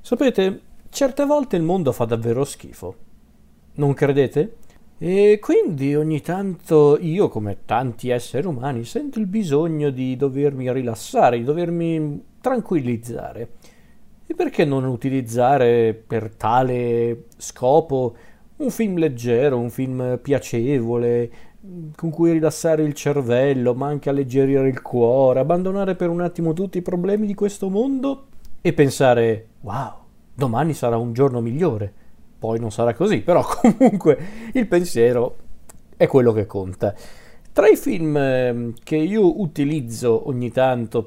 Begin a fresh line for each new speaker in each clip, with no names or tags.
Sapete, certe volte il mondo fa davvero schifo, non credete? E quindi ogni tanto io, come tanti esseri umani, sento il bisogno di dovermi rilassare, di dovermi tranquillizzare. E perché non utilizzare per tale scopo un film leggero, un film piacevole, con cui rilassare il cervello, ma anche alleggerire il cuore, abbandonare per un attimo tutti i problemi di questo mondo e pensare, wow, domani sarà un giorno migliore. Poi non sarà così, però comunque il pensiero è quello che conta. Tra i film che io utilizzo ogni tanto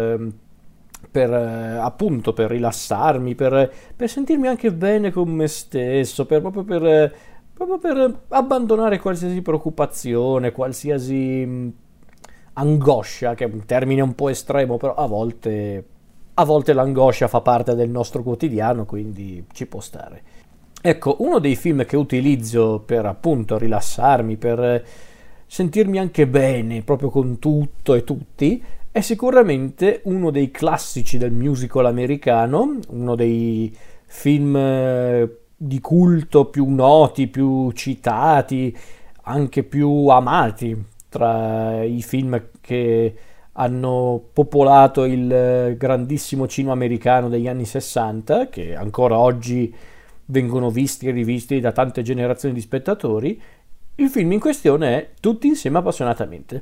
appunto per rilassarmi, per sentirmi anche bene con me stesso, proprio per abbandonare qualsiasi preoccupazione, qualsiasi angoscia, che è un termine un po' estremo, però a volte l'angoscia fa parte del nostro quotidiano, quindi ci può stare. Ecco, uno dei film che utilizzo per appunto rilassarmi, per sentirmi anche bene proprio con tutto e tutti, è sicuramente uno dei classici del musical americano, uno dei film di culto più noti, più citati, anche più amati tra i film che hanno popolato il grandissimo cinema americano degli anni 60, che ancora oggi vengono visti e rivisti da tante generazioni di spettatori. Il film in questione è Tutti insieme appassionatamente.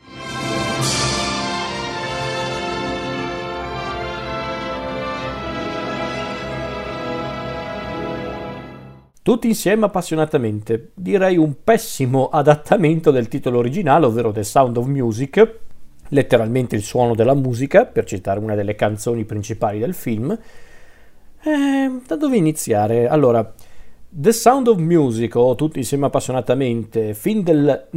Tutti insieme appassionatamente, direi un pessimo adattamento del titolo originale, ovvero The Sound of Music, letteralmente il suono della musica, per citare una delle canzoni principali del film. Da dove iniziare? Allora, The Sound of Music, o Tutti insieme appassionatamente, film del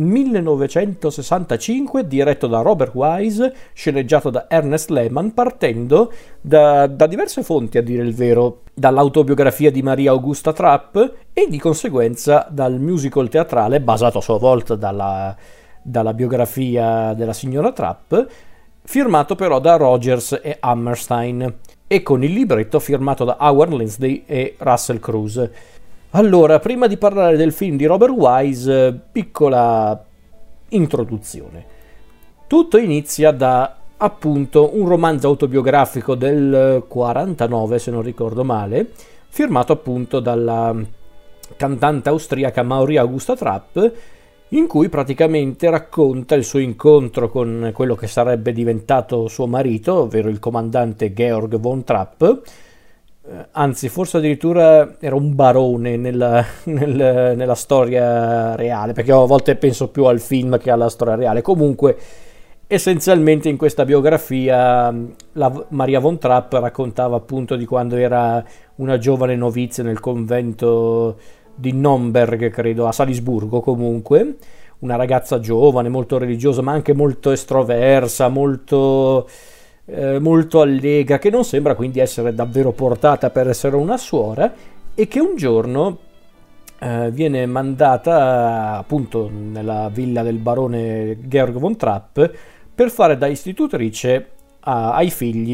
1965, diretto da Robert Wise, sceneggiato da Ernest Lehman, partendo da diverse fonti, a dire il vero, dall'autobiografia di Maria Augusta Trapp e di conseguenza dal musical teatrale, basato a sua volta dalla biografia della signora Trapp, firmato però da Rogers e Hammerstein, e con il libretto firmato da Howard Lindsay e Russell Crowe. Allora, prima di parlare del film di Robert Wise, piccola introduzione. Tutto inizia da, appunto, un romanzo autobiografico del 49, se non ricordo male, firmato appunto dalla cantante austriaca Maria Augusta Trapp, in cui praticamente racconta il suo incontro con quello che sarebbe diventato suo marito, ovvero il comandante Georg von Trapp. Anzi, forse addirittura era un barone nella storia reale, perché io a volte penso più al film che alla storia reale. Comunque, essenzialmente in questa biografia la Maria von Trapp raccontava appunto di quando era una giovane novizia nel convento di Nürnberg, credo, a Salisburgo comunque, una ragazza giovane, molto religiosa, ma anche molto estroversa, molto allegra, che non sembra quindi essere davvero portata per essere una suora, e che un giorno viene mandata appunto nella villa del barone Georg von Trapp per fare da istitutrice ai figli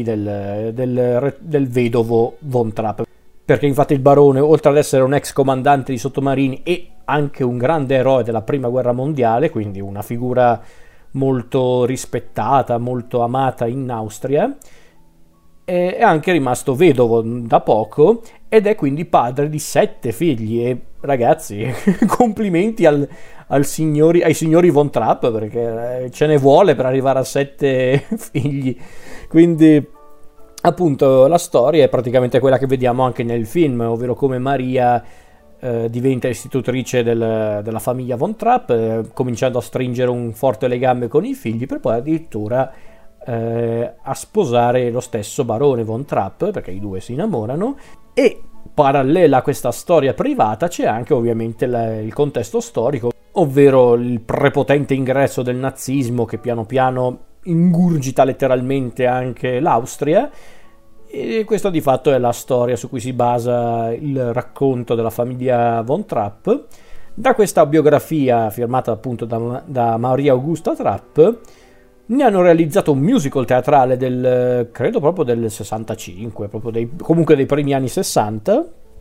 del vedovo von Trapp, perché infatti il barone, oltre ad essere un ex comandante di sottomarini e anche un grande eroe della prima guerra mondiale, quindi una figura molto rispettata, molto amata in Austria, è anche rimasto vedovo da poco ed è quindi padre di 7 figli. E ragazzi, complimenti ai signori von Trapp, perché ce ne vuole per arrivare a 7 figli. Quindi appunto la storia è praticamente quella che vediamo anche nel film, ovvero come Maria diventa istitutrice della famiglia von Trapp, cominciando a stringere un forte legame con i figli, per poi addirittura a sposare lo stesso barone von Trapp, perché i due si innamorano. E parallela a questa storia privata c'è anche ovviamente il contesto storico, ovvero il prepotente ingresso del nazismo che piano piano ingurgita letteralmente anche l'Austria. E questa di fatto è la storia su cui si basa il racconto della famiglia von Trapp. Da questa biografia firmata appunto da Maria Augusta Trapp Ne hanno realizzato un musical teatrale credo proprio del 65, proprio comunque dei primi anni 60,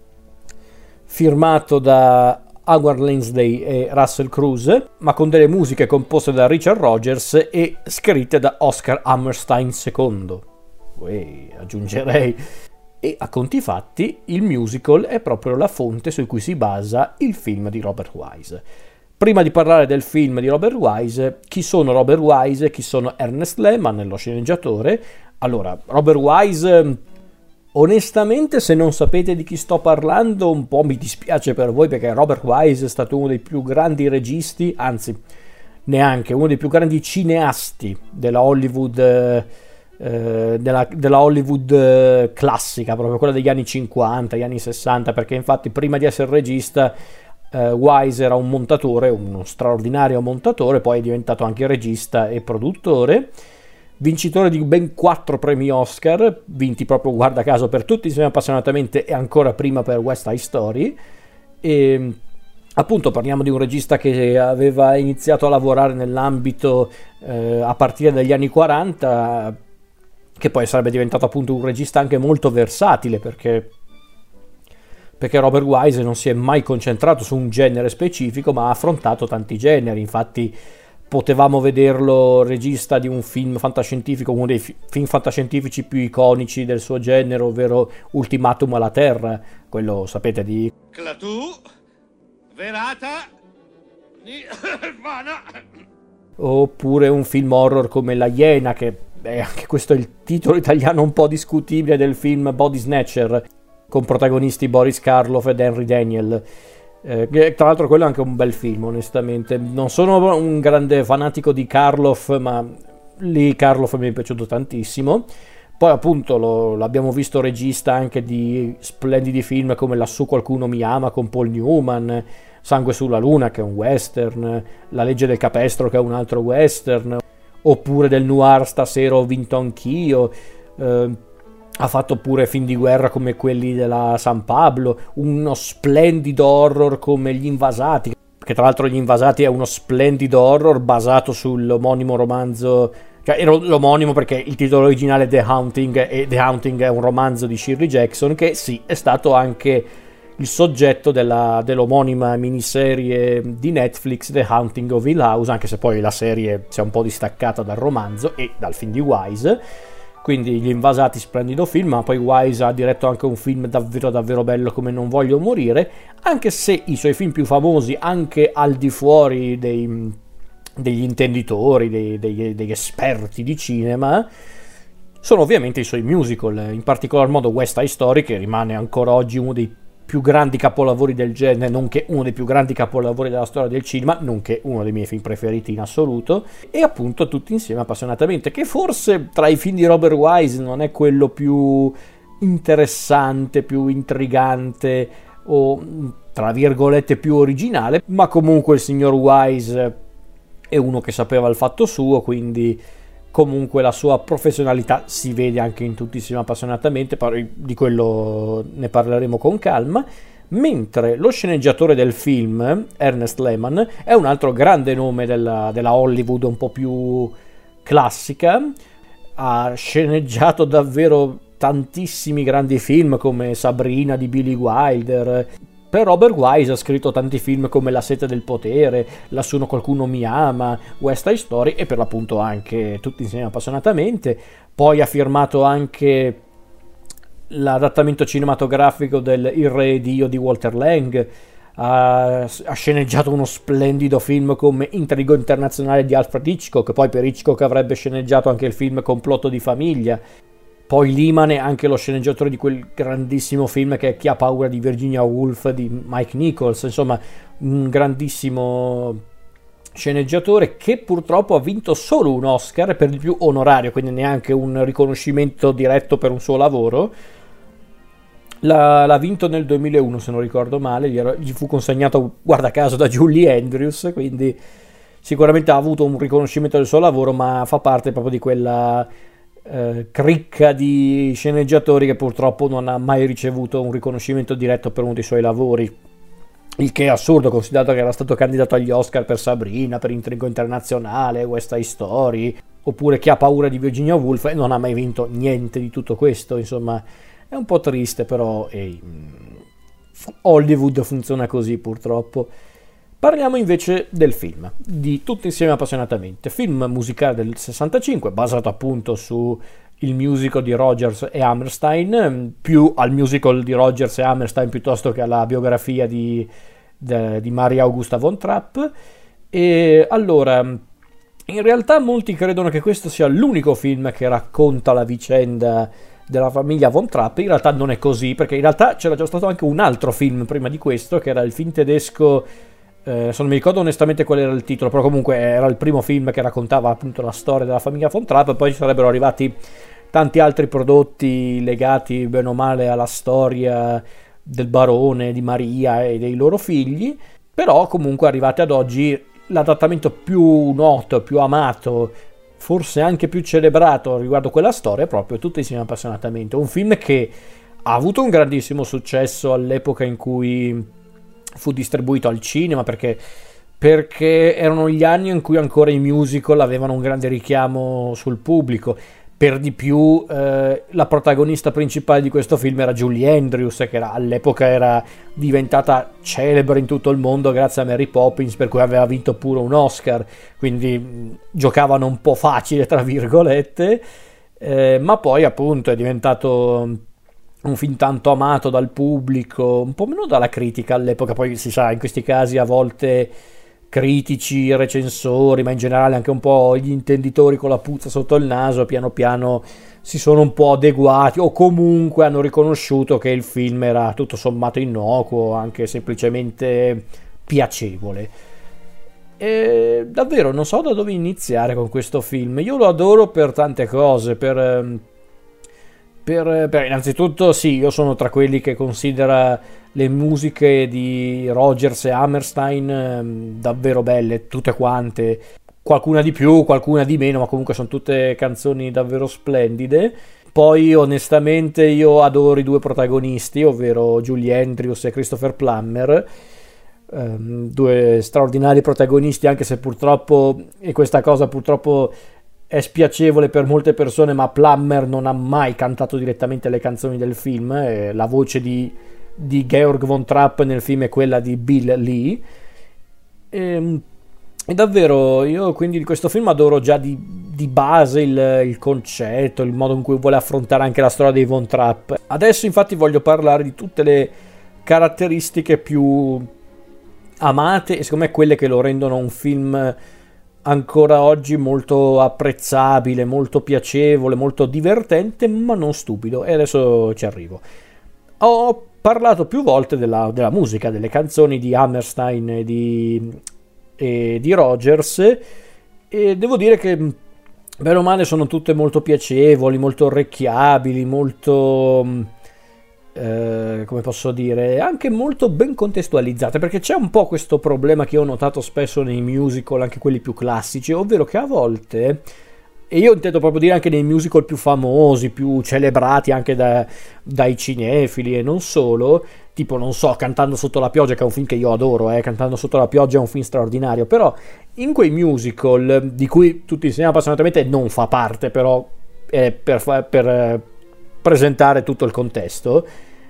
firmato da Howard Lansday e Russell Crowe, ma con delle musiche composte da Richard Rodgers e scritte da Oscar Hammerstein II. Aggiungerei. E a conti fatti, il musical è proprio la fonte su cui si basa il film di Robert Wise. Prima di parlare del film di Robert Wise, chi sono Robert Wise e chi sono Ernest Lehman, lo sceneggiatore? Allora, Robert Wise, onestamente, se non sapete di chi sto parlando, un po' mi dispiace per voi, perché Robert Wise è stato uno dei più grandi registi, anzi, neanche, uno dei più grandi cineasti della Hollywood, della Hollywood classica, proprio quella degli anni 50, gli anni 60, perché infatti prima di essere regista Wise era un montatore, uno straordinario montatore, poi è diventato anche regista e produttore, vincitore di ben 4 premi Oscar, vinti proprio, guarda caso, per Tutti insieme appassionatamente e ancora prima per West Side Story. E appunto parliamo di un regista che aveva iniziato a lavorare nell'ambito a partire dagli anni 40, che poi sarebbe diventato appunto un regista anche molto versatile, perché Robert Wise non si è mai concentrato su un genere specifico, ma ha affrontato tanti generi. Infatti potevamo vederlo regista di un film fantascientifico, uno dei film fantascientifici più iconici del suo genere, ovvero Ultimatum alla Terra, quello sapete di
Clatù, Verata, Nirvana.
Oppure un film horror come La Iena, che anche questo è il titolo italiano un po' discutibile del film Body Snatcher, con protagonisti Boris Karloff ed Henry Daniell. Tra l'altro quello è anche un bel film, onestamente. Non sono un grande fanatico di Karloff, ma lì Karloff mi è piaciuto tantissimo. Poi appunto l'abbiamo visto regista anche di splendidi film come Lassù qualcuno mi ama con Paul Newman, Sangue sulla luna, che è un western, La legge del capestro, che è un altro western, oppure del noir Stasera ho vinto anch'io. Ha fatto pure film di guerra come quelli della San Pablo, uno splendido horror come Gli Invasati, che tra l'altro Gli Invasati è uno splendido horror basato sull'omonimo romanzo, cioè era l'omonimo perché il titolo originale è The Haunting, e The Haunting è un romanzo di Shirley Jackson, che sì, è stato anche il soggetto dell'omonima miniserie di Netflix The Haunting of Hill House, anche se poi la serie si è un po' distaccata dal romanzo e dal film di Wise. Quindi Gli Invasati, splendido film, ma poi Wise ha diretto anche un film davvero davvero bello come Non voglio morire, anche se i suoi film più famosi, anche al di fuori degli intenditori, degli esperti di cinema, sono ovviamente i suoi musical, in particolar modo West Side Story, che rimane ancora oggi uno dei più grandi capolavori del genere, nonché uno dei più grandi capolavori della storia del cinema, nonché uno dei miei film preferiti in assoluto, e appunto Tutti insieme appassionatamente, che forse tra i film di Robert Wise non è quello più interessante, più intrigante o tra virgolette più originale, ma comunque il signor Wise è uno che sapeva il fatto suo, quindi comunque la sua professionalità si vede anche in Tuttissimo appassionatamente, di quello ne parleremo con calma. Mentre lo sceneggiatore del film, Ernest Lehman, è un altro grande nome della Hollywood un po' più classica, ha sceneggiato davvero tantissimi grandi film come Sabrina di Billy Wilder. Per Robert Wise ha scritto tanti film come La sete del potere, Lassù qualcuno mi ama, West Side Story e per l'appunto anche Tutti insieme appassionatamente. Poi ha firmato anche l'adattamento cinematografico del Il re Dio di Walter Lang, ha sceneggiato uno splendido film come Intrigo internazionale di Alfred Hitchcock, poi per Hitchcock avrebbe sceneggiato anche il film Complotto di famiglia. Poi Lehman è anche lo sceneggiatore di quel grandissimo film che è Chi ha paura di Virginia Woolf di Mike Nichols, insomma un grandissimo sceneggiatore che purtroppo ha vinto solo un Oscar, per di più onorario, quindi neanche un riconoscimento diretto per un suo lavoro. L'ha vinto nel 2001 se non ricordo male, gli fu consegnato guarda caso da Julie Andrews, quindi sicuramente ha avuto un riconoscimento del suo lavoro, ma fa parte proprio di quella cricca di sceneggiatori che purtroppo non ha mai ricevuto un riconoscimento diretto per uno dei suoi lavori. il che è assurdo considerato che era stato candidato agli Oscar per Sabrina, per Intrigo Internazionale, West Side Story, oppure Chi ha paura di Virginia Woolf, e non ha mai vinto niente di tutto questo. Insomma, è un po' triste, però Hollywood funziona così purtroppo. Parliamo invece del film, di Tutti insieme appassionatamente, film musicale del 65, basato appunto su il musical di Rodgers e Hammerstein, più al musical di Rodgers e Hammerstein piuttosto che alla biografia di Maria Augusta von Trapp. E allora, in realtà molti credono che questo sia l'unico film che racconta la vicenda della famiglia von Trapp. In realtà non è così, perché in realtà c'era già stato anche un altro film prima di questo, che era il film tedesco, non mi ricordo onestamente qual era il titolo, però comunque era il primo film che raccontava appunto la storia della famiglia von Trapp. Poi ci sarebbero arrivati tanti altri prodotti legati bene o male alla storia del barone, di Maria e dei loro figli, però comunque arrivati ad oggi l'adattamento più noto, più amato, forse anche più celebrato riguardo quella storia è proprio Tutti insieme appassionatamente, un film che ha avuto un grandissimo successo all'epoca in cui fu distribuito al cinema, perché erano gli anni in cui ancora i musical avevano un grande richiamo sul pubblico. Per di più la protagonista principale di questo film era Julie Andrews, che all'epoca era diventata celebre in tutto il mondo grazie a Mary Poppins, per cui aveva vinto pure un Oscar, quindi giocavano un po' facile tra virgolette, ma poi appunto è diventato un film tanto amato dal pubblico, un po' meno dalla critica all'epoca. Poi si sa, in questi casi a volte critici, recensori, ma in generale anche un po' gli intenditori con la puzza sotto il naso piano piano si sono un po' adeguati, o comunque hanno riconosciuto che il film era tutto sommato innocuo, anche semplicemente piacevole. E davvero non so da dove iniziare con questo film. Io lo adoro per tante cose, per innanzitutto sì, io sono tra quelli che considera le musiche di Rodgers e Hammerstein davvero belle, tutte quante, qualcuna di più, qualcuna di meno, ma comunque sono tutte canzoni davvero splendide. Poi onestamente io adoro i due protagonisti, ovvero Julie Andrews e Christopher Plummer, due straordinari protagonisti, anche se purtroppo, e questa cosa purtroppo è spiacevole per molte persone, ma Plummer non ha mai cantato direttamente le canzoni del film. La voce di Georg von Trapp nel film è quella di Bill Lee. E davvero io quindi di questo film adoro già di base il concetto, il modo in cui vuole affrontare anche la storia dei von Trapp. Adesso infatti voglio parlare di tutte le caratteristiche più amate e secondo me quelle che lo rendono un film ancora oggi molto apprezzabile, molto piacevole, molto divertente, ma non stupido. E adesso ci arrivo. Ho parlato più volte della musica, delle canzoni di Hammerstein e di Rodgers, e devo dire che bene o male sono tutte molto piacevoli, molto orecchiabili, molto come posso dire, anche molto ben contestualizzate, perché c'è un po' questo problema che ho notato spesso nei musical, anche quelli più classici, ovvero che a volte, e io intendo proprio dire anche nei musical più famosi, più celebrati anche dai cinefili e non solo, tipo non so, Cantando sotto la pioggia, che è un film che io adoro, Cantando sotto la pioggia è un film straordinario, però in quei musical di cui Tutti insieme appassionatamente non fa parte, però per presentare tutto il contesto,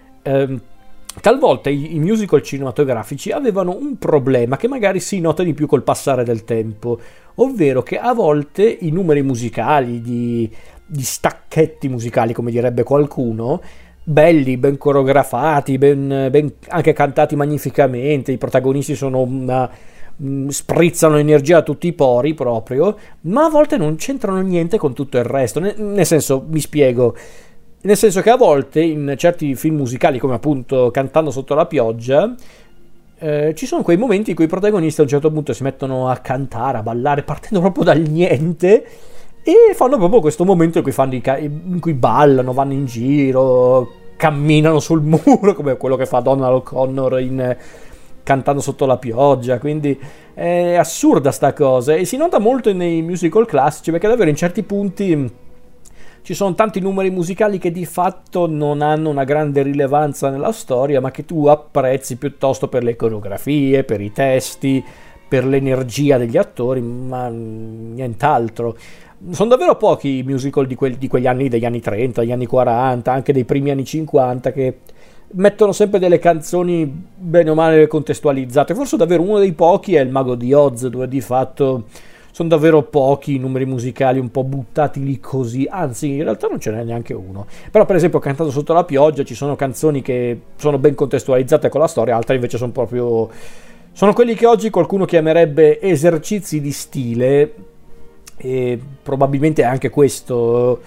talvolta i musical cinematografici avevano un problema che magari si nota di più col passare del tempo, ovvero che a volte i numeri musicali, di stacchetti musicali come direbbe qualcuno, belli, ben coreografati, ben anche cantati magnificamente, i protagonisti sono sprizzano energia a tutti i pori proprio, ma a volte non c'entrano niente con tutto il resto. Nel senso, mi spiego, nel senso che a volte in certi film musicali, come appunto Cantando sotto la pioggia, ci sono quei momenti in cui i protagonisti a un certo punto si mettono a cantare, a ballare, partendo proprio dal niente, e fanno proprio questo momento in cui ballano, vanno in giro, camminano sul muro, come quello che fa Donald O'Connor in Cantando sotto la pioggia. Quindi è assurda sta cosa, e si nota molto nei musical classici, perché davvero in certi punti ci sono tanti numeri musicali che di fatto non hanno una grande rilevanza nella storia, ma che tu apprezzi piuttosto per le coreografie, per i testi, per l'energia degli attori, ma nient'altro. Sono davvero pochi i musical di quegli anni, degli anni 30, degli anni 40, anche dei primi anni 50, che mettono sempre delle canzoni bene o male contestualizzate. Forse davvero uno dei pochi è Il Mago di Oz, dove di fatto sono davvero pochi i numeri musicali un po' buttati lì così, anzi in realtà non ce n'è neanche uno. Però per esempio Cantato sotto la pioggia ci sono canzoni che sono ben contestualizzate con la storia, altre invece sono proprio... sono quelli che oggi qualcuno chiamerebbe esercizi di stile, e probabilmente è anche questo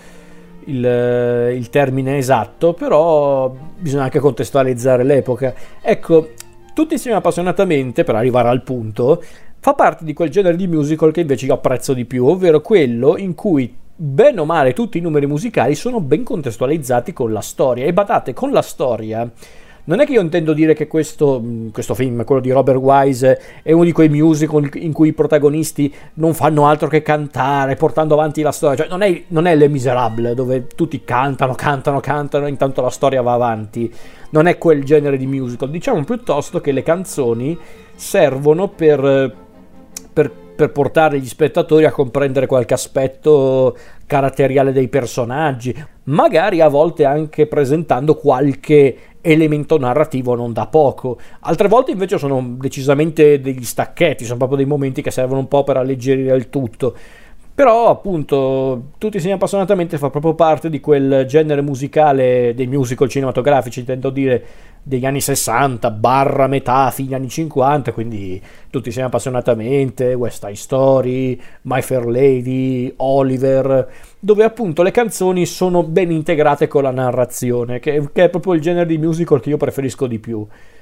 il termine esatto, però bisogna anche contestualizzare l'epoca. Ecco, Tutti insieme appassionatamente, per arrivare al punto, fa parte di quel genere di musical che invece io apprezzo di più, ovvero quello in cui bene o male tutti i numeri musicali sono ben contestualizzati con la storia. E badate, con la storia non è che io intendo dire che questo film, quello di Robert Wise, è uno di quei musical in cui i protagonisti non fanno altro che cantare portando avanti la storia. Cioè non è Les Miserables, dove tutti cantano e intanto la storia va avanti. Non è quel genere di musical. Diciamo piuttosto che le canzoni servono per portare gli spettatori a comprendere qualche aspetto caratteriale dei personaggi, magari a volte anche presentando qualche elemento narrativo non da poco. Altre volte invece sono decisamente degli stacchetti, sono proprio dei momenti che servono un po' per alleggerire il tutto. Però appunto Tutti insieme appassionatamente fa proprio parte di quel genere musicale, dei musical cinematografici intendo dire, degli anni 60 barra metà fine anni 50, quindi Tutti insieme appassionatamente, West Side Story, My Fair Lady, Oliver, dove appunto le canzoni sono ben integrate con la narrazione, che è proprio il genere di musical che io preferisco di più.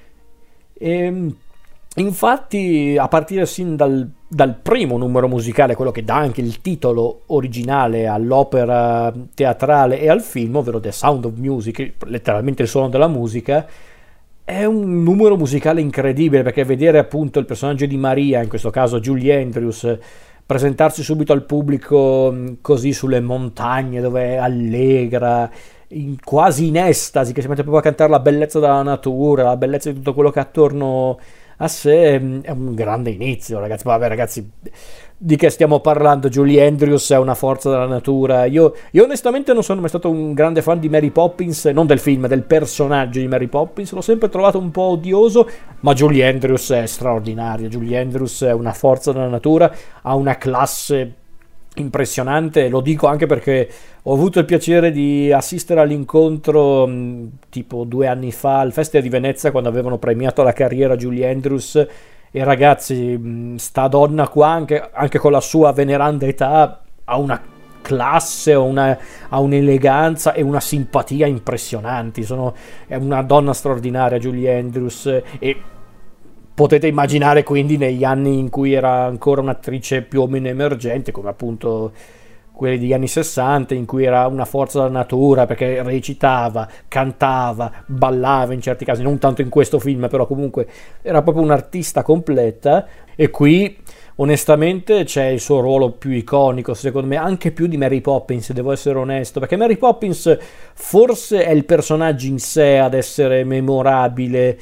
Infatti, a partire sin dal primo numero musicale, quello che dà anche il titolo originale all'opera teatrale e al film, ovvero The Sound of Music, letteralmente il suono della musica, è un numero musicale incredibile, perché vedere appunto il personaggio di Maria, in questo caso Julie Andrews, presentarsi subito al pubblico così sulle montagne, dove è allegra, quasi in estasi, che si mette proprio a cantare la bellezza della natura, la bellezza di tutto quello che ha attorno a sé, è un grande inizio, ragazzi. Vabbè, ragazzi, di che stiamo parlando? Julie Andrews è una forza della natura. Io onestamente non sono mai stato un grande fan di Mary Poppins, non del film, del personaggio di Mary Poppins, l'ho sempre trovato un po' odioso, ma Julie Andrews è straordinaria. Julie Andrews è una forza della natura, ha una classe impressionante. Lo dico anche perché ho avuto il piacere di assistere all'incontro tipo 2 anni fa al Festival di Venezia, quando avevano premiato la carriera a Julie Andrews, e ragazzi, sta donna qua anche con la sua veneranda età ha una classe, ha un'eleganza e una simpatia impressionanti. È una donna straordinaria Julie Andrews, e potete immaginare quindi negli anni in cui era ancora un'attrice più o meno emergente, come appunto quelli degli anni 60, in cui era una forza della natura, perché recitava, cantava, ballava in certi casi, non tanto in questo film, però comunque era proprio un'artista completa. E qui onestamente c'è il suo ruolo più iconico, secondo me, anche più di Mary Poppins, devo essere onesto, perché Mary Poppins forse è il personaggio in sé ad essere memorabile,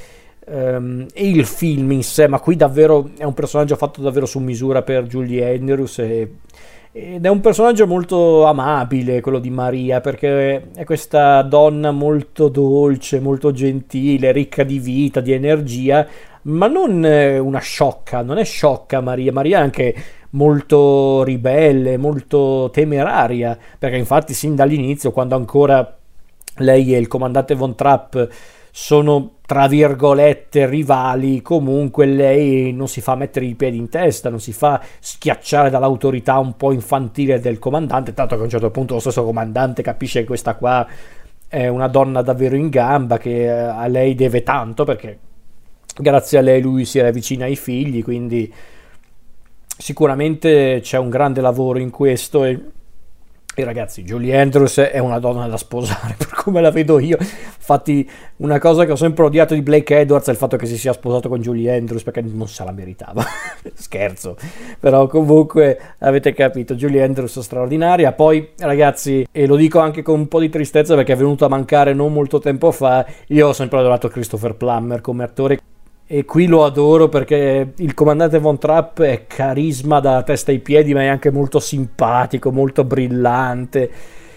e il film in sé, ma qui davvero è un personaggio fatto davvero su misura per Julie Andrews, ed è un personaggio molto amabile quello di Maria, perché è questa donna molto dolce, molto gentile, ricca di vita, di energia, ma non una sciocca, non è sciocca Maria è anche molto ribelle, molto temeraria, perché infatti sin dall'inizio, quando ancora lei e il comandante Von Trapp sono tra virgolette rivali, comunque lei non si fa mettere i piedi in testa, non si fa schiacciare dall'autorità un po' infantile del comandante, tanto che a un certo punto lo stesso comandante capisce che questa qua è una donna davvero in gamba, che a lei deve tanto, perché grazie a lei lui si avvicina ai figli, quindi sicuramente c'è un grande lavoro in questo, e E ragazzi, Julie Andrews è una donna da sposare, per come la vedo io. Infatti, una cosa che ho sempre odiato di Blake Edwards è il fatto che si sia sposato con Julie Andrews, perché non se la meritava. Scherzo. Però comunque avete capito, Julie Andrews è straordinaria. Poi, ragazzi, e lo dico anche con un po' di tristezza perché è venuto a mancare non molto tempo fa, io ho sempre adorato Christopher Plummer come attore. E qui lo adoro perché il comandante Von Trapp è carisma da testa ai piedi, ma è anche molto simpatico, molto brillante,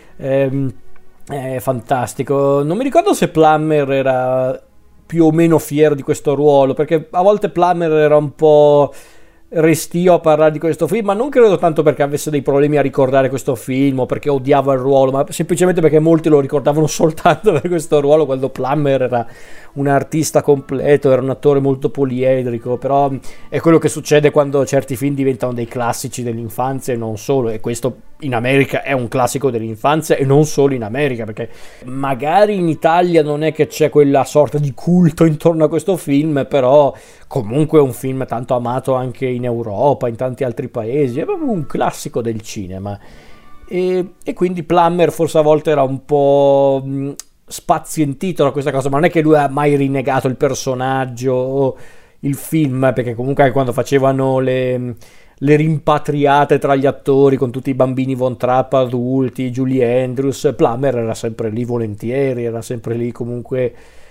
è fantastico. Non mi ricordo se Plummer era più o meno fiero di questo ruolo, perché a volte Plummer era un po' restio a parlare di questo film, ma non credo tanto perché avesse dei problemi a ricordare questo film o perché odiava il ruolo, ma semplicemente perché molti lo ricordavano soltanto per questo ruolo, quando Plummer era un artista completo, era un attore molto poliedrico. Però è quello che succede quando certi film diventano dei classici dell'infanzia e non solo, e questo in America è un classico dell'infanzia e non solo in America, perché magari in Italia non è che c'è quella sorta di culto intorno a questo film, però comunque è un film tanto amato anche in Europa, in tanti altri paesi, è proprio un classico del cinema. E quindi Plummer forse a volte era un po' spazientito da questa cosa, ma non è che lui ha mai rinnegato il personaggio o il film, perché comunque anche quando facevano le rimpatriate tra gli attori con tutti i bambini Von Trapp adulti, Julie Andrews, Plummer era sempre lì volentieri, era sempre lì comunque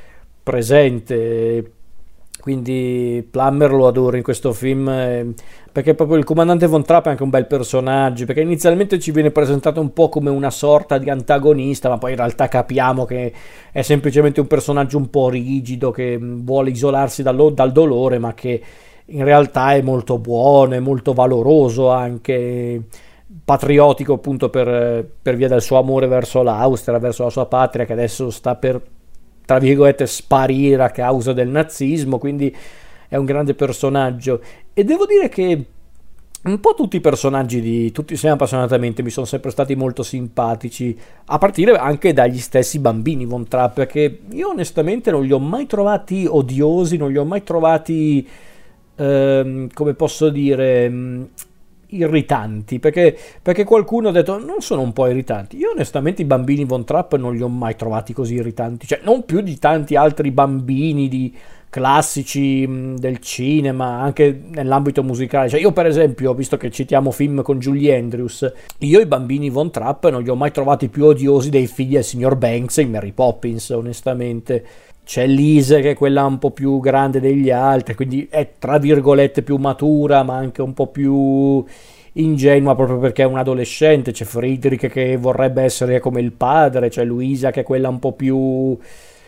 presente. Quindi Plummer lo adoro in questo film, perché proprio il comandante Von Trapp è anche un bel personaggio, perché inizialmente ci viene presentato un po' come una sorta di antagonista, ma poi in realtà capiamo che è semplicemente un personaggio un po' rigido che vuole isolarsi dal dolore, ma che in realtà è molto buono, è molto valoroso, anche patriottico appunto per via del suo amore verso l'Austria, verso la sua patria, che adesso sta per, tra virgolette, sparire a causa del nazismo. Quindi è un grande personaggio, e devo dire che un po' tutti i personaggi di Tutti insieme appassionatamente mi sono sempre stati molto simpatici, a partire anche dagli stessi bambini Von Trapp, perché io onestamente non li ho mai trovati odiosi, non li ho mai trovati come posso dire, irritanti, perché qualcuno ha detto non sono un po' irritanti. Io onestamente i bambini Von Trapp non li ho mai trovati così irritanti, cioè non più di tanti altri bambini di classici del cinema, anche nell'ambito musicale. Cioè io per esempio, visto che citiamo film con Julie Andrews, io i bambini Von Trapp non li ho mai trovati più odiosi dei figli del signor Banks in Mary Poppins, onestamente. C'è Lise che è quella un po' più grande degli altri, quindi è tra virgolette più matura, ma anche un po' più ingenua proprio perché è un adolescente. C'è Friedrich che vorrebbe essere come il padre, c'è Luisa che è quella un po' più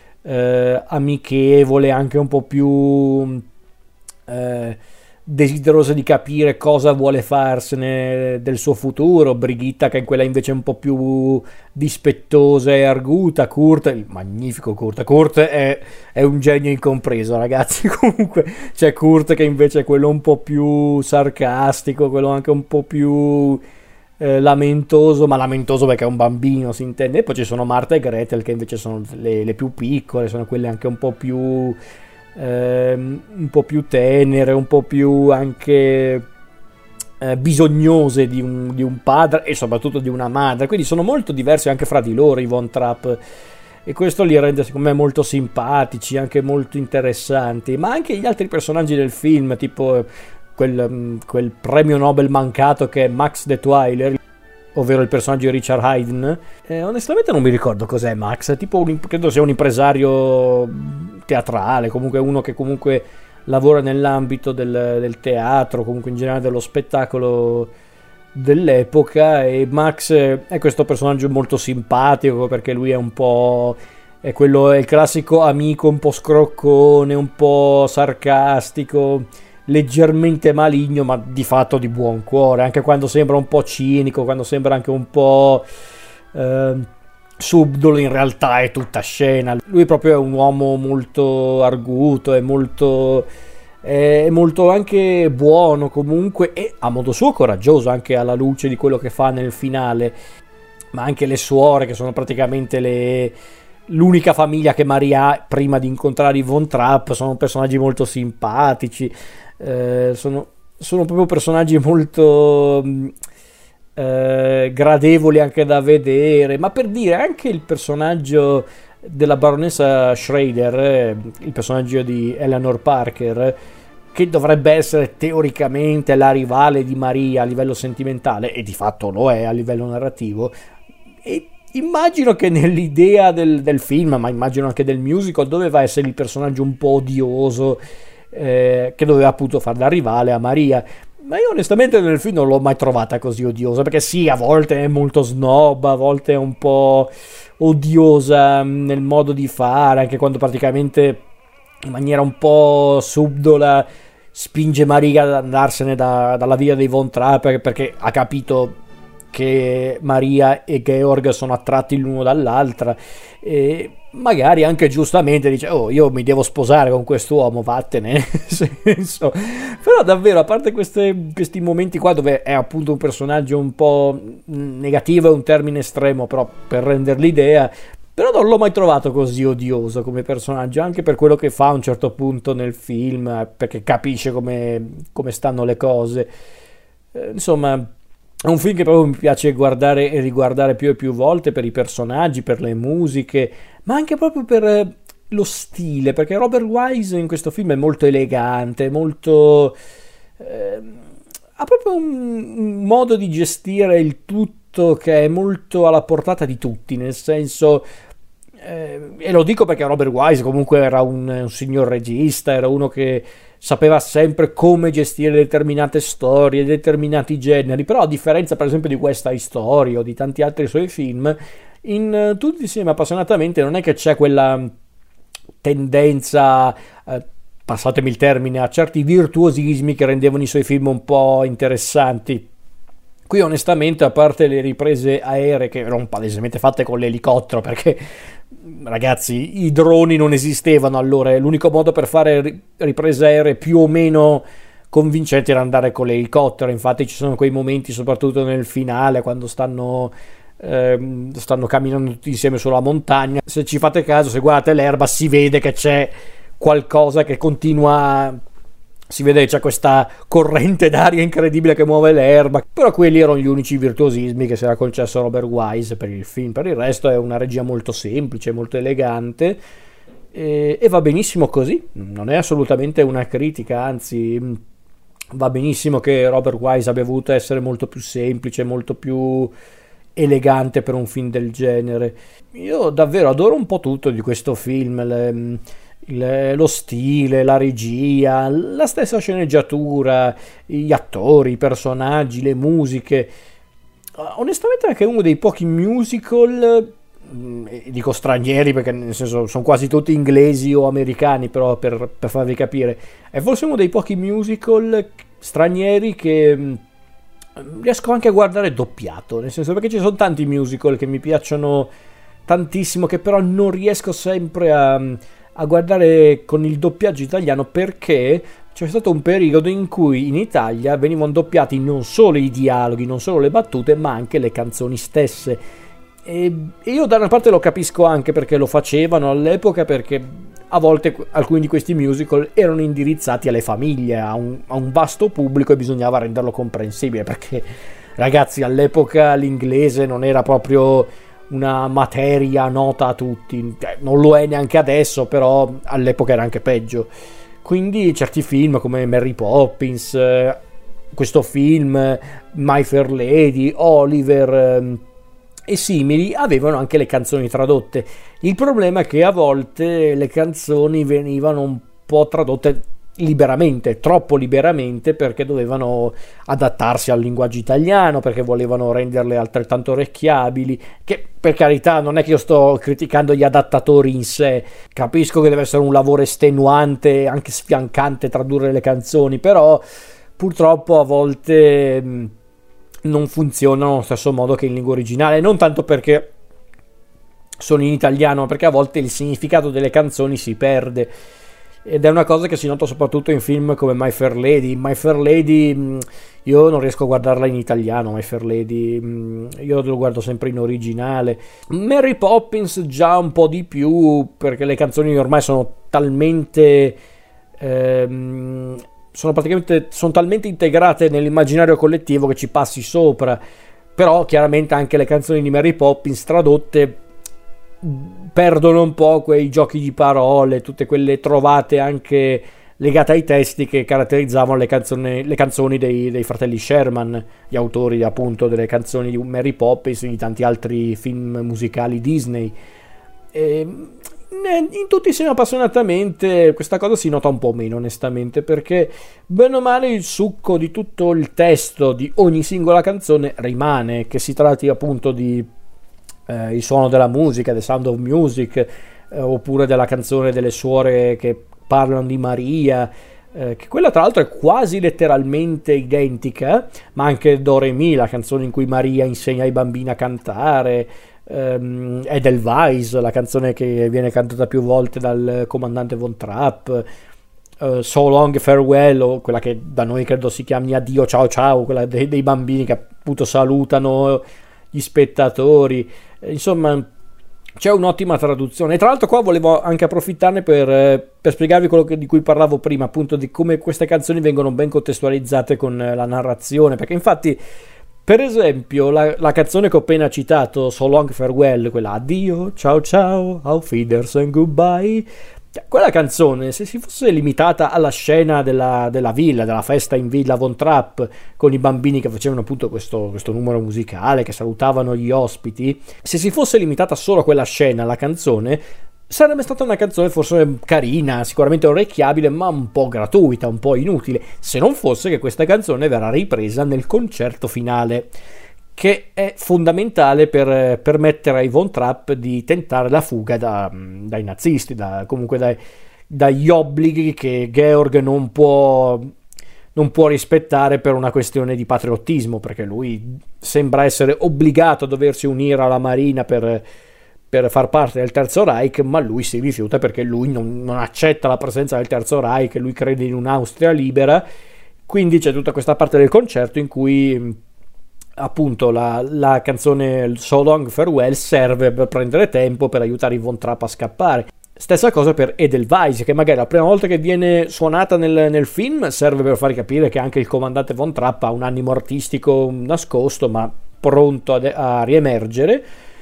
amichevole, anche un po' più desiderosa di capire cosa vuole farsene del suo futuro. Brigitta che è quella invece un po' più dispettosa e arguta. Kurt, il magnifico Kurt è un genio incompreso, ragazzi. Comunque c'è Kurt che invece è quello un po' più sarcastico, quello anche un po' più lamentoso, ma lamentoso perché è un bambino, si intende. E poi ci sono Marta e Gretel che invece sono le più piccole, sono quelle anche un po' più tenere, un po' più anche bisognose di un padre e soprattutto di una madre. Quindi sono molto diversi anche fra di loro i Von Trapp, e questo li rende secondo me molto simpatici, anche molto interessanti. Ma anche gli altri personaggi del film, tipo quel premio Nobel mancato che è Max Detweiler, ovvero il personaggio di Richard Haydn. Onestamente non mi ricordo cos'è Max, tipo credo sia un impresario teatrale, comunque uno che comunque lavora nell'ambito del teatro, comunque in generale dello spettacolo dell'epoca. E Max è questo personaggio molto simpatico perché lui è un po'... è il classico amico un po' scroccone, un po' sarcastico, leggermente maligno, ma di fatto di buon cuore, anche quando sembra un po' cinico, quando sembra anche un po' subdolo, in realtà è tutta scena. Lui proprio è un uomo molto arguto, è molto anche buono comunque, e a modo suo coraggioso, anche alla luce di quello che fa nel finale. Ma anche le suore, che sono praticamente l'unica famiglia che Maria ha prima di incontrare i Von Trapp, sono personaggi molto simpatici. Sono proprio personaggi molto gradevoli anche da vedere, ma per dire anche il personaggio della baronessa Schrader, il personaggio di Eleanor Parker, che dovrebbe essere teoricamente la rivale di Maria a livello sentimentale, e di fatto lo è a livello narrativo, e immagino che nell'idea del film, ma immagino anche del musical, doveva essere il personaggio un po' odioso, che doveva appunto far da rivale a Maria. Ma io onestamente nel film non l'ho mai trovata così odiosa, perché sì, a volte è molto snob, a volte è un po' odiosa nel modo di fare, anche quando praticamente in maniera un po' subdola spinge Maria ad andarsene dalla via dei Von Trapp, perché ha capito che Maria e Georg sono attratti l'uno dall'altra, e magari anche giustamente dice: oh, io mi devo sposare con quest'uomo, vattene. Nel senso, però davvero, a parte questi momenti qua dove è appunto un personaggio un po' negativo, è un termine estremo però per rendere l'idea, però non l'ho mai trovato così odioso come personaggio, anche per quello che fa a un certo punto nel film, perché capisce come stanno le cose. Insomma, è un film che proprio mi piace guardare e riguardare più e più volte, per i personaggi, per le musiche, ma anche proprio per lo stile, perché Robert Wise in questo film è molto elegante, molto... ha proprio un modo di gestire il tutto che è molto alla portata di tutti, nel senso... e lo dico perché Robert Wise comunque era un signor regista, era uno che sapeva sempre come gestire determinate storie, determinati generi, però a differenza per esempio di West Side Story o di tanti altri suoi film, in Tutti insieme appassionatamente non è che c'è quella tendenza, passatemi il termine, a certi virtuosismi che rendevano i suoi film un po' interessanti. Qui onestamente, a parte le riprese aeree che erano palesemente fatte con l'elicottero, perché ragazzi i droni non esistevano allora, l'unico modo per fare riprese aeree più o meno convincenti era andare con l'elicottero. Infatti ci sono quei momenti, soprattutto nel finale, quando stanno camminando tutti insieme sulla montagna, se ci fate caso, se guardate l'erba si vede che c'è qualcosa che continua, si vede che c'è questa corrente d'aria incredibile che muove l'erba, però quelli erano gli unici virtuosismi che si era concesso a Robert Wise per il film. Per il resto è una regia molto semplice, molto elegante, e va benissimo così, non è assolutamente una critica, anzi va benissimo che Robert Wise abbia voluto essere molto più semplice, molto più elegante per un film del genere. Io davvero adoro un po' tutto di questo film, lo stile, la regia, la stessa sceneggiatura, gli attori, i personaggi, le musiche. Onestamente è anche uno dei pochi musical, dico stranieri perché nel senso sono quasi tutti inglesi o americani, però per farvi capire, è forse uno dei pochi musical stranieri che riesco anche a guardare doppiato, nel senso, perché ci sono tanti musical che mi piacciono tantissimo che però non riesco sempre a guardare con il doppiaggio italiano, perché c'è stato un periodo in cui in Italia venivano doppiati non solo i dialoghi, non solo le battute, ma anche le canzoni stesse. E io da una parte lo capisco anche perché lo facevano all'epoca, perché a volte alcuni di questi musical erano indirizzati alle famiglie, a un vasto pubblico, e bisognava renderlo comprensibile, perché ragazzi all'epoca l'inglese non era proprio una materia nota a tutti, non lo è neanche adesso, però all'epoca era anche peggio. Quindi certi film come Mary Poppins, questo film, My Fair Lady, Oliver e simili avevano anche le canzoni tradotte. Il problema è che a volte le canzoni venivano un po' tradotte liberamente, troppo liberamente, perché dovevano adattarsi al linguaggio italiano, perché volevano renderle altrettanto orecchiabili, che per carità non è che io sto criticando gli adattatori in sé, capisco che deve essere un lavoro estenuante, anche sfiancante tradurre le canzoni, però purtroppo a volte non funzionano allo stesso modo che in lingua originale, non tanto perché sono in italiano, ma perché a volte il significato delle canzoni si perde. Ed è una cosa che si nota soprattutto in film come My Fair Lady. My Fair Lady io non riesco a guardarla in italiano. My Fair Lady io lo guardo sempre in originale. Mary Poppins già un po' di più, perché le canzoni ormai sono talmente sono talmente integrate nell'immaginario collettivo che ci passi sopra. però chiaramente anche le canzoni di Mary Poppins tradotte perdono un po' quei giochi di parole, tutte quelle trovate anche legate ai testi che caratterizzavano le canzoni dei fratelli Sherman, gli autori appunto delle canzoni di Mary Poppins e di tanti altri film musicali Disney. In tutti insieme appassionatamente questa cosa si nota un po' meno, onestamente, perché bene o male il succo di tutto il testo di ogni singola canzone rimane, che si tratti appunto di il suono della musica, The Sound of Music, oppure della canzone delle suore che parlano di Maria, che quella tra l'altro è quasi letteralmente identica, ma anche Do Re Mi, la canzone in cui Maria insegna ai bambini a cantare, Edelweiss, la canzone che viene cantata più volte dal comandante Von Trapp, So Long Farewell, o quella che da noi credo si chiami Addio Ciao Ciao, quella dei bambini che appunto salutano gli spettatori. Insomma, c'è un'ottima traduzione. E tra l'altro qua volevo anche approfittarne per spiegarvi quello di cui parlavo prima, appunto di come queste canzoni vengono ben contestualizzate con la narrazione, perché infatti per esempio la canzone che ho appena citato, So Long Farewell, quella Addio, ciao ciao, Auf Wiedersehen, goodbye, quella canzone, se si fosse limitata alla scena della villa, della festa in villa Von Trapp, con i bambini che facevano appunto questo numero musicale, che salutavano gli ospiti, se si fosse limitata solo a quella scena, la canzone, sarebbe stata una canzone forse carina, sicuramente orecchiabile, ma un po' gratuita, un po' inutile, se non fosse che questa canzone verrà ripresa nel concerto finale, che è fondamentale per permettere ai Von Trapp di tentare la fuga dai nazisti, comunque dagli obblighi che Georg non può rispettare per una questione di patriottismo, perché lui sembra essere obbligato a doversi unire alla marina per far parte del Terzo Reich, ma lui si rifiuta perché lui non accetta la presenza del Terzo Reich, lui crede in un'Austria libera. Quindi c'è tutta questa parte del concerto in cui appunto la canzone So Long Farewell serve per prendere tempo, per aiutare i Von Trapp a scappare. Stessa cosa per Edelweiss, che magari la prima volta che viene suonata nel film serve per far capire che anche il comandante Von Trapp ha un animo artistico nascosto ma pronto a riemergere,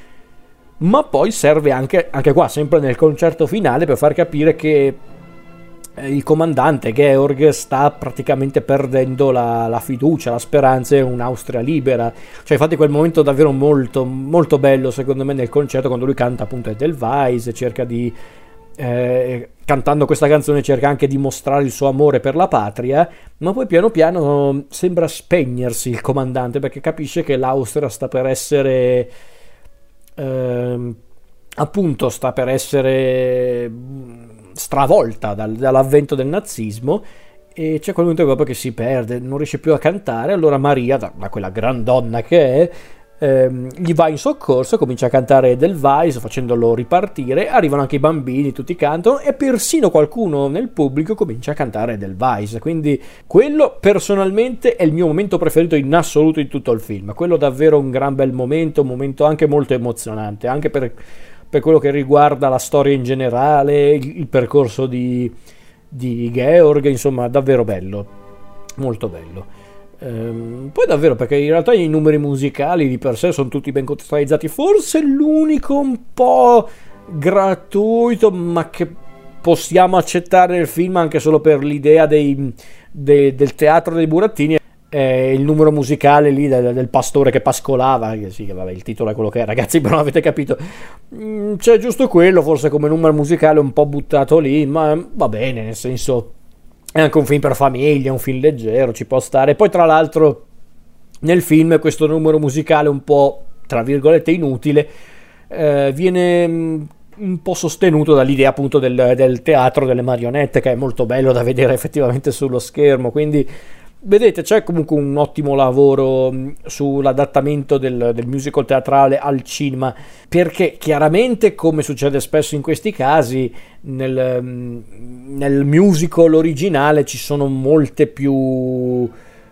ma poi serve anche qua, sempre nel concerto finale, per far capire che il comandante Georg sta praticamente perdendo la fiducia, la speranza in un'Austria libera. Cioè, infatti quel momento davvero molto, molto bello secondo me nel concerto, quando lui canta appunto Edelweiss, cerca di cantando questa canzone cerca anche di mostrare il suo amore per la patria, ma poi piano piano sembra spegnersi il comandante, perché capisce che l'Austria sta per essere appunto sta per essere stravolta dall'avvento del nazismo, e c'è quel momento proprio che si perde, non riesce più a cantare. Allora Maria, da quella gran donna che è, gli va in soccorso, comincia a cantare Edelweiss facendolo ripartire, arrivano anche i bambini, tutti cantano e persino qualcuno nel pubblico comincia a cantare Edelweiss. Quindi quello personalmente è il mio momento preferito in assoluto di tutto il film, quello davvero un gran bel momento, un momento anche molto emozionante, anche per quello che riguarda la storia in generale, il percorso di Georg, insomma davvero bello, molto bello. Poi davvero, perché in realtà i numeri musicali di per sé sono tutti ben contestualizzati, forse l'unico un po' gratuito ma che possiamo accettare nel film anche solo per l'idea del teatro dei burattini è il numero musicale lì del pastore che pascolava, che sì, vabbè, il titolo è quello che è, ragazzi, però avete capito. C'è giusto quello forse come numero musicale un po' buttato lì, ma va bene, nel senso è anche un film per famiglia, un film leggero, ci può stare. Poi tra l'altro nel film questo numero musicale un po' tra virgolette inutile viene un po' sostenuto dall'idea appunto del teatro delle marionette, che è molto bello da vedere effettivamente sullo schermo. Quindi vedete, c'è comunque un ottimo lavoro sull'adattamento del musical teatrale al cinema, perché chiaramente, come succede spesso in questi casi, nel musical originale ci sono molti più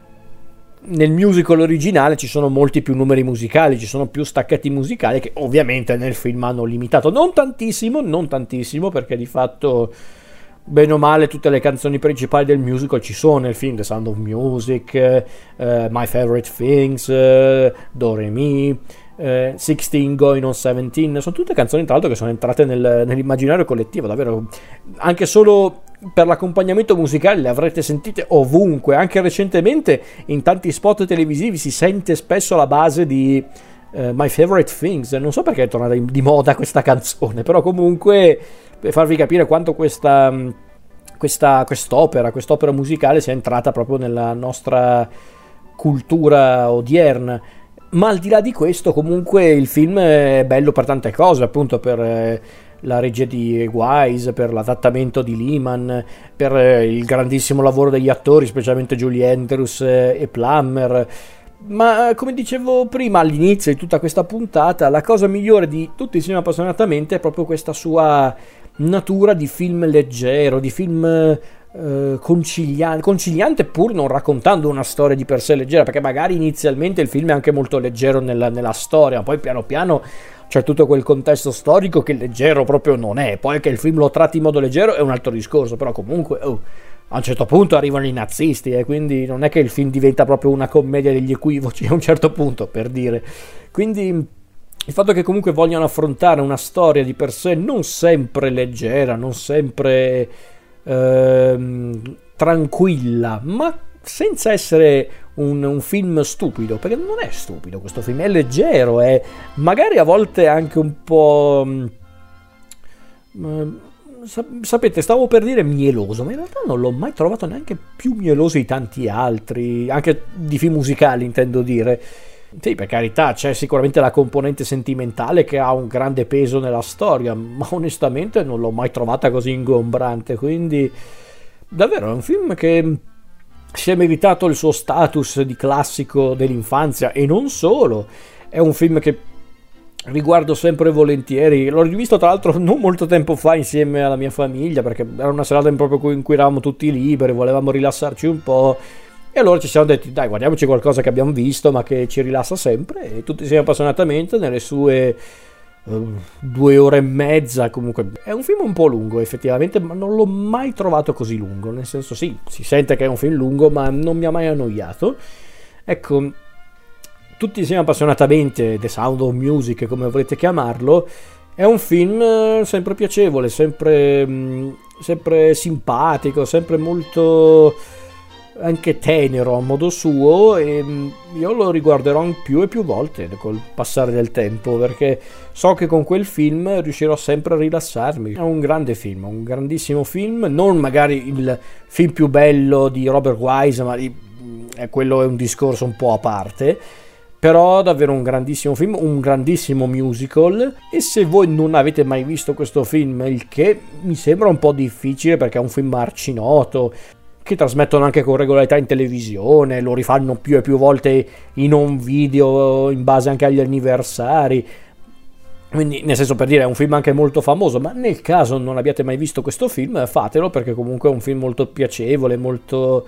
numeri musicali, ci sono più stacchetti musicali che ovviamente nel film hanno limitato, non tantissimo, perché di fatto bene o male tutte le canzoni principali del musical ci sono nel film: The Sound of Music, My Favorite Things, Do Re Mi, 16 Going on 17, sono tutte canzoni tra l'altro che sono entrate nell'immaginario collettivo, davvero. Anche solo per l'accompagnamento musicale le avrete sentite ovunque, anche recentemente in tanti spot televisivi si sente spesso la base di My Favorite Things. Non so perché è tornata di moda questa canzone, però comunque per farvi capire quanto quest'opera musicale sia entrata proprio nella nostra cultura odierna. Ma al di là di questo, comunque il film è bello per tante cose, appunto per la regia di Wise, per l'adattamento di Lehman, per il grandissimo lavoro degli attori, specialmente Julie Andrews e Plummer. Ma come dicevo prima all'inizio di tutta questa puntata, la cosa migliore di Tutti insieme appassionatamente è proprio questa sua natura di film leggero, di film conciliante, pur non raccontando una storia di per sé leggera, perché magari inizialmente il film è anche molto leggero nella storia, poi piano piano c'è tutto quel contesto storico che leggero proprio non è. Poi che il film lo tratti in modo leggero è un altro discorso, però comunque a un certo punto arrivano i nazisti e quindi non è che il film diventa proprio una commedia degli equivoci a un certo punto, per dire. Quindi il fatto che comunque vogliano affrontare una storia di per sé non sempre leggera, non sempre tranquilla, ma senza essere un film stupido, perché non è stupido questo film, è leggero, è magari a volte anche un po' sapete, stavo per dire mieloso, ma in realtà non l'ho mai trovato neanche più mieloso di tanti altri, anche di film musicali intendo dire. Sì, per carità, c'è sicuramente la componente sentimentale che ha un grande peso nella storia, ma onestamente non l'ho mai trovata così ingombrante, quindi davvero è un film che si è meritato il suo status di classico dell'infanzia, e non solo. È un film che riguardo sempre volentieri, l'ho rivisto tra l'altro non molto tempo fa insieme alla mia famiglia, perché era una serata proprio in cui eravamo tutti liberi, volevamo rilassarci un po'. E allora ci siamo detti, dai, guardiamoci qualcosa che abbiamo visto ma che ci rilassa sempre, e tutti insieme appassionatamente nelle sue 2 ore e mezza. Comunque è un film un po' lungo effettivamente, ma non l'ho mai trovato così lungo, nel senso sì, si sente che è un film lungo, ma non mi ha mai annoiato. Ecco, tutti insieme appassionatamente, The Sound of Music come volete chiamarlo, è un film sempre piacevole, sempre simpatico, sempre molto anche tenero a modo suo, e io lo riguarderò più e più volte col passare del tempo, perché so che con quel film riuscirò sempre a rilassarmi. È un grande film, un grandissimo film, non magari il film più bello di Robert Wise, ma quello è un discorso un po' a parte, però davvero un grandissimo film, un grandissimo musical. E se voi non avete mai visto questo film, il che mi sembra un po' difficile perché è un film arcinoto, che trasmettono anche con regolarità in televisione, lo rifanno più e più volte in home video in base anche agli anniversari, quindi nel senso, per dire, è un film anche molto famoso, ma nel caso non abbiate mai visto questo film, fatelo, perché comunque è un film molto piacevole, molto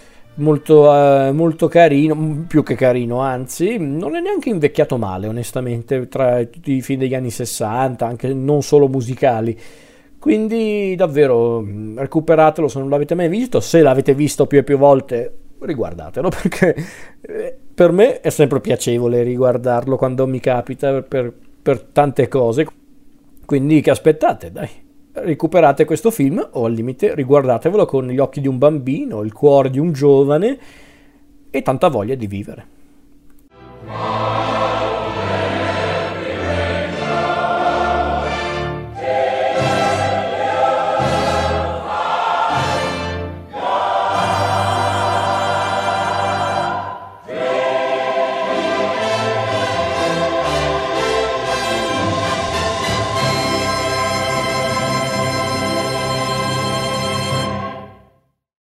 carino, più che carino, anzi non è neanche invecchiato male onestamente, tra tutti i film degli anni 60, anche non solo musicali. Quindi davvero recuperatelo se non l'avete mai visto. Se l'avete visto più e più volte, riguardatelo, perché per me è sempre piacevole riguardarlo quando mi capita, per tante cose. Quindi che aspettate, dai, recuperate questo film, o al limite riguardatevelo con gli occhi di un bambino, il cuore di un giovane e tanta voglia di vivere.